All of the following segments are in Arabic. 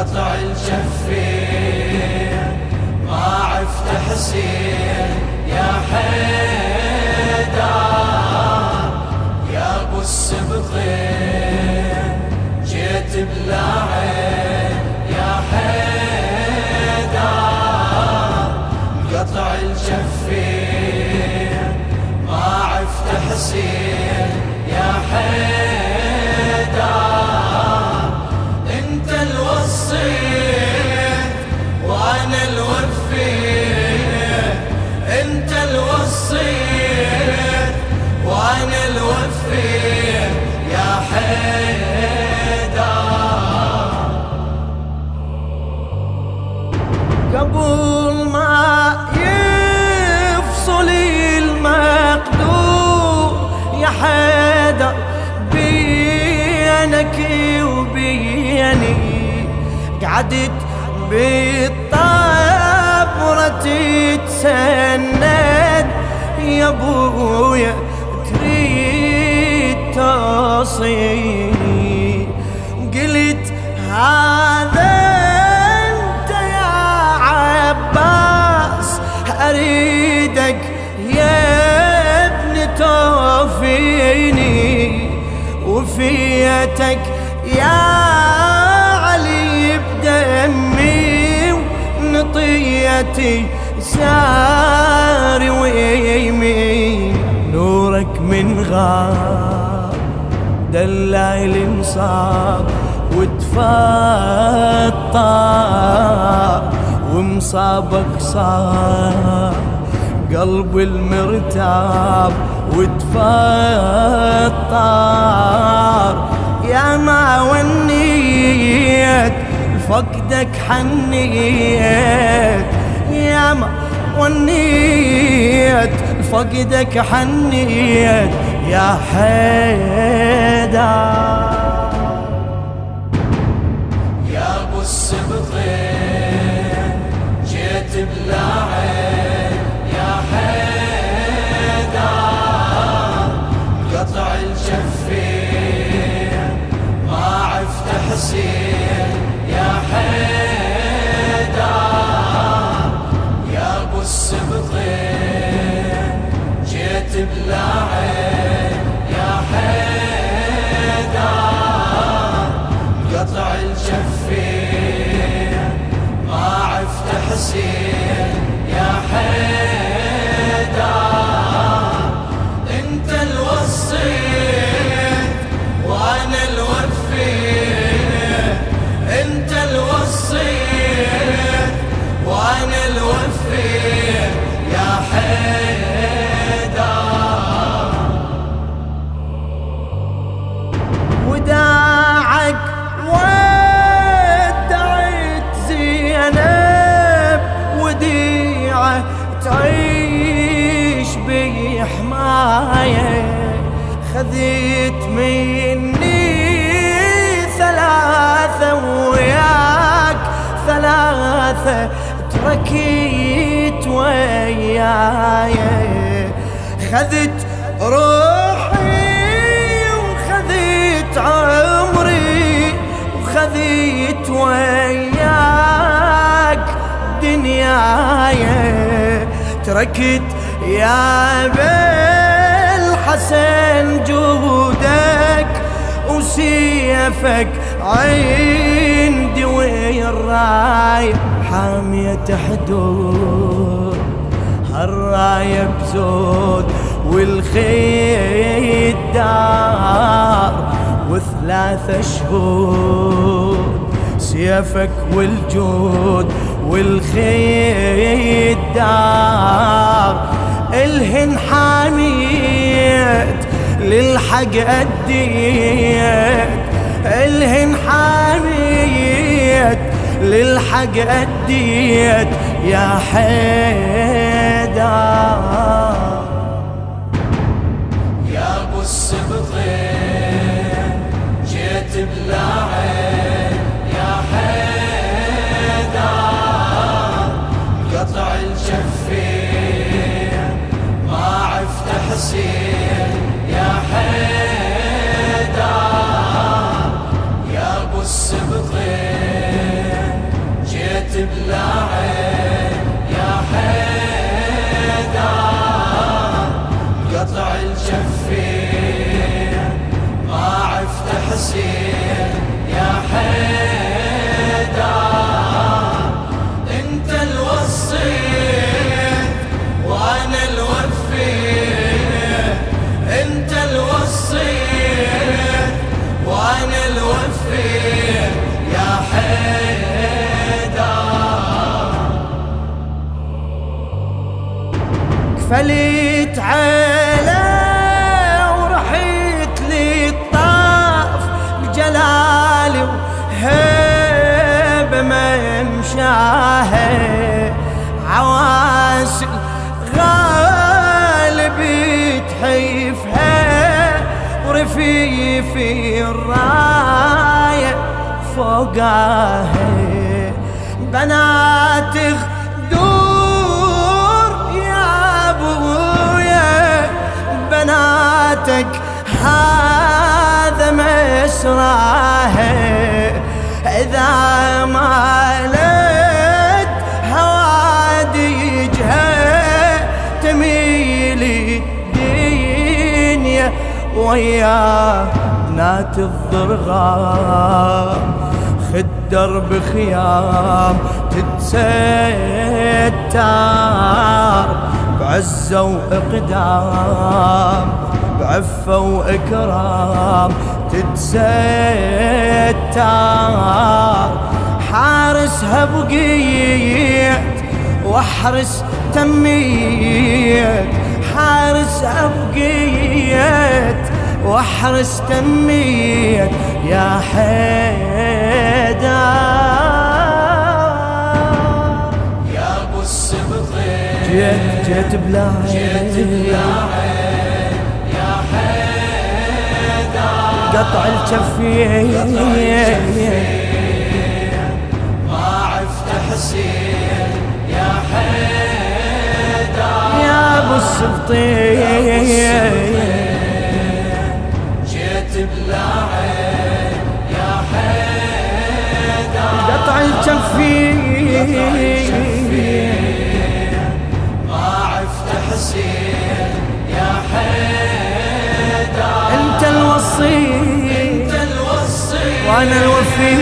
قطع الجفين ما عفت حسين يا حيدر يا ابو السبطين جيت بلا عين يا حيدر قطع الجفين ما عفت حسين يا حيدر انت الوصيت وانا الوفيت انت الوصيت وانا الوفيت يا حيدر قبل ما يفصل المقدور يا حيدر بينك وبيني قعدت بالطابرة تتسند يا ابويا تريد توصيني قلت هذا انت يا عباس اريدك يا ابن توفيني وفيتك يا علي بدمي ونطيتي ساري ويمين نورك من غاب دلال انصاب وتفطر ومصابك صار قلب المرتاب وتفطر يا ما ونيت فقدك حنيت يا ما ونيت فقدك حنيت يا حيدر يا ابو السبطين جيت بلا عين يا حيدر قطع الجفين ما عفت حسين يا حيدر يا ابو السبطين جيت بلا عين يا حيدر قطع الجفين ما عفت حسين يا حيدر انت الوصيت وانا الوفيت انت الوصيت وانا الوفيت يا حيدر وداعك ودعت زينب وديعة تعيش بحماية خذيت مني ثلاثة وياك ثلاثة تركيت وياي خذت روحي وخذت عمري وخذت وياك دنياي تركت يا بالحسن جودك وسيفك عندي والراية حامية حدود هالراية بزود والخيط دار وثلاثة شهود سيفك والجود والخيط دار الهن حاميت للحق أديت الهن حاميت للحق أديت يا حيدر يا ابو السبطين جيت بلا عين يا حيدر قطع الجفين ما عفت حسين يا حيدر يا ابو السبطين فليت عليه ورحيت للطاف بجلالي وهيبة ما مشاهد عواسل غالب تحيفها ورفيفي الراية فوقها بنات غدور يا ابويا بناتك هذا مسراها اذا مالت هواديجها تميلي الدنيا ويا بنات الضرغام خدر بخيام تتستار بعزة وإقدام بعفة وإكرام تتستار حارسها بقيت واحرس تميت حارسها بقيت واحرس تميت يا حيدر يا ابو السبطين جيت بلا عين يا حيدر قطع الجفين ما عفت حسين يا حيدر يا ابو السبطين بلا عين يا حيدر قطع الجفين ما عفت حسين يا حيدر انت الوصي وانا الوفي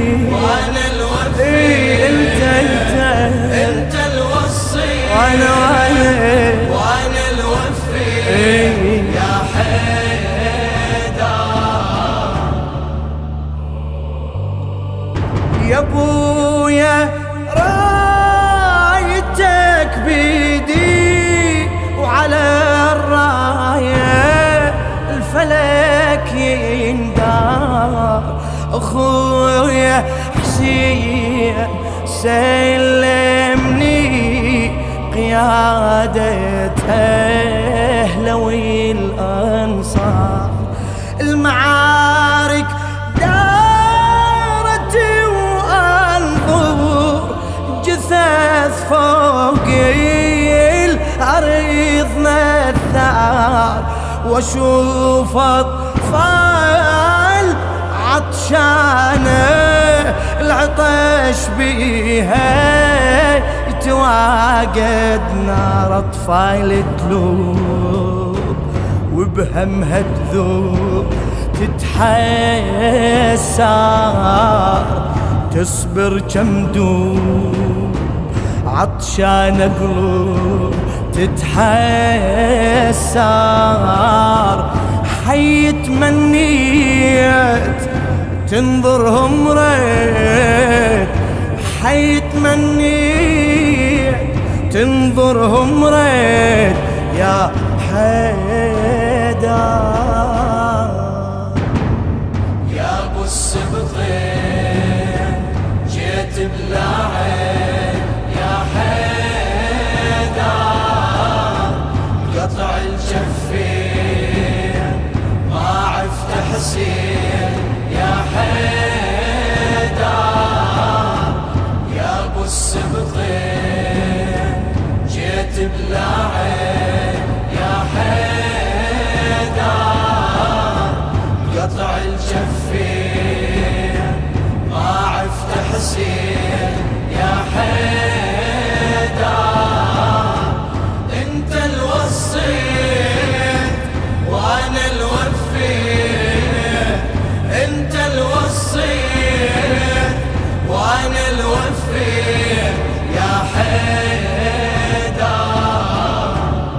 انت الوصي وانا الوفي يا يا ابويا رايتك بيدي وعلى الرايه الفلك يندار اخويا حسين سلمني قيادة اهلوي الانصار المعارك جثث فوق الأرض نثار واشوف اطفال عطشانه العطش بيها يتواقد نار اطفال تلوب وبهمها تذوب تتحسر تصبر كم دوب عطشان قلوب تتحسر حي تمنيت تنظرهم ريت حي تمنيت تنظرهم ريت يا حيدر يا ابو السبطين جيت بلا عين يا حيدر قطع الجفين ما عفت حسين يا حيدر يا ابو السبطين جيت بلا عين يا حيدر قطع الجفين ما عفت حسين يا حيدر انت الوصيت وانا الوفي انت الوصيت وانا الوفي يا حيدر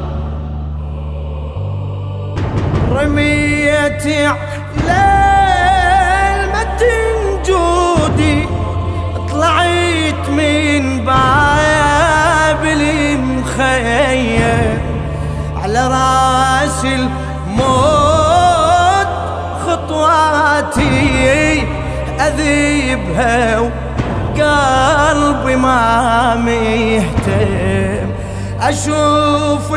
رميتي على المتن جودي طلعت من باب المخيم على راس الموت خطواتي أذيبها وقلبي ما ميهتم أشوف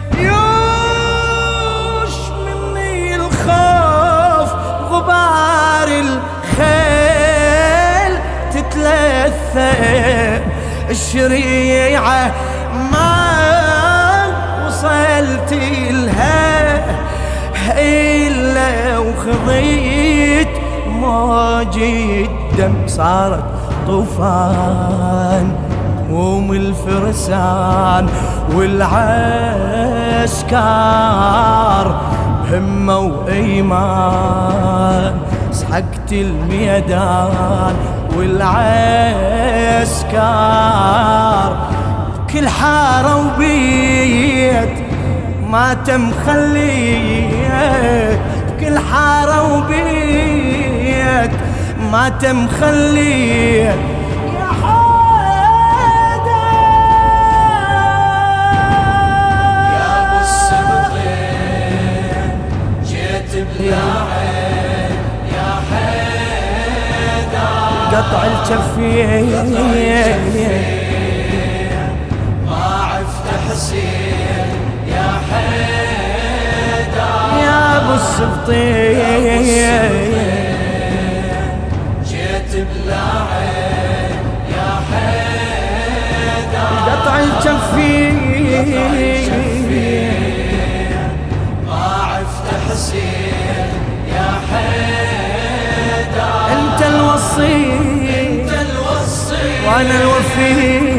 جيوش مني الخوف غبار الخيل تتلثى الشريعة ما وصلت لها إلا وخضيت موج الدم صارت طوفان هموم الفرسان والعسكر بهمة وإيمان سحقت الميدان والعسكر كل حارة وبيت ما تم خليت كل حارة وبيت ما تم خليت يا حيدر يا ابو السبطين جيت بلا عين يا حيدر قطع الجفين ما عرفت حسين يا حيدر يا ابو السبطين جيت بلا عين يا حيدر قطع الجفين ما عرفت حسين يا حيدر انت الوصي انت الوصي وانا الوفي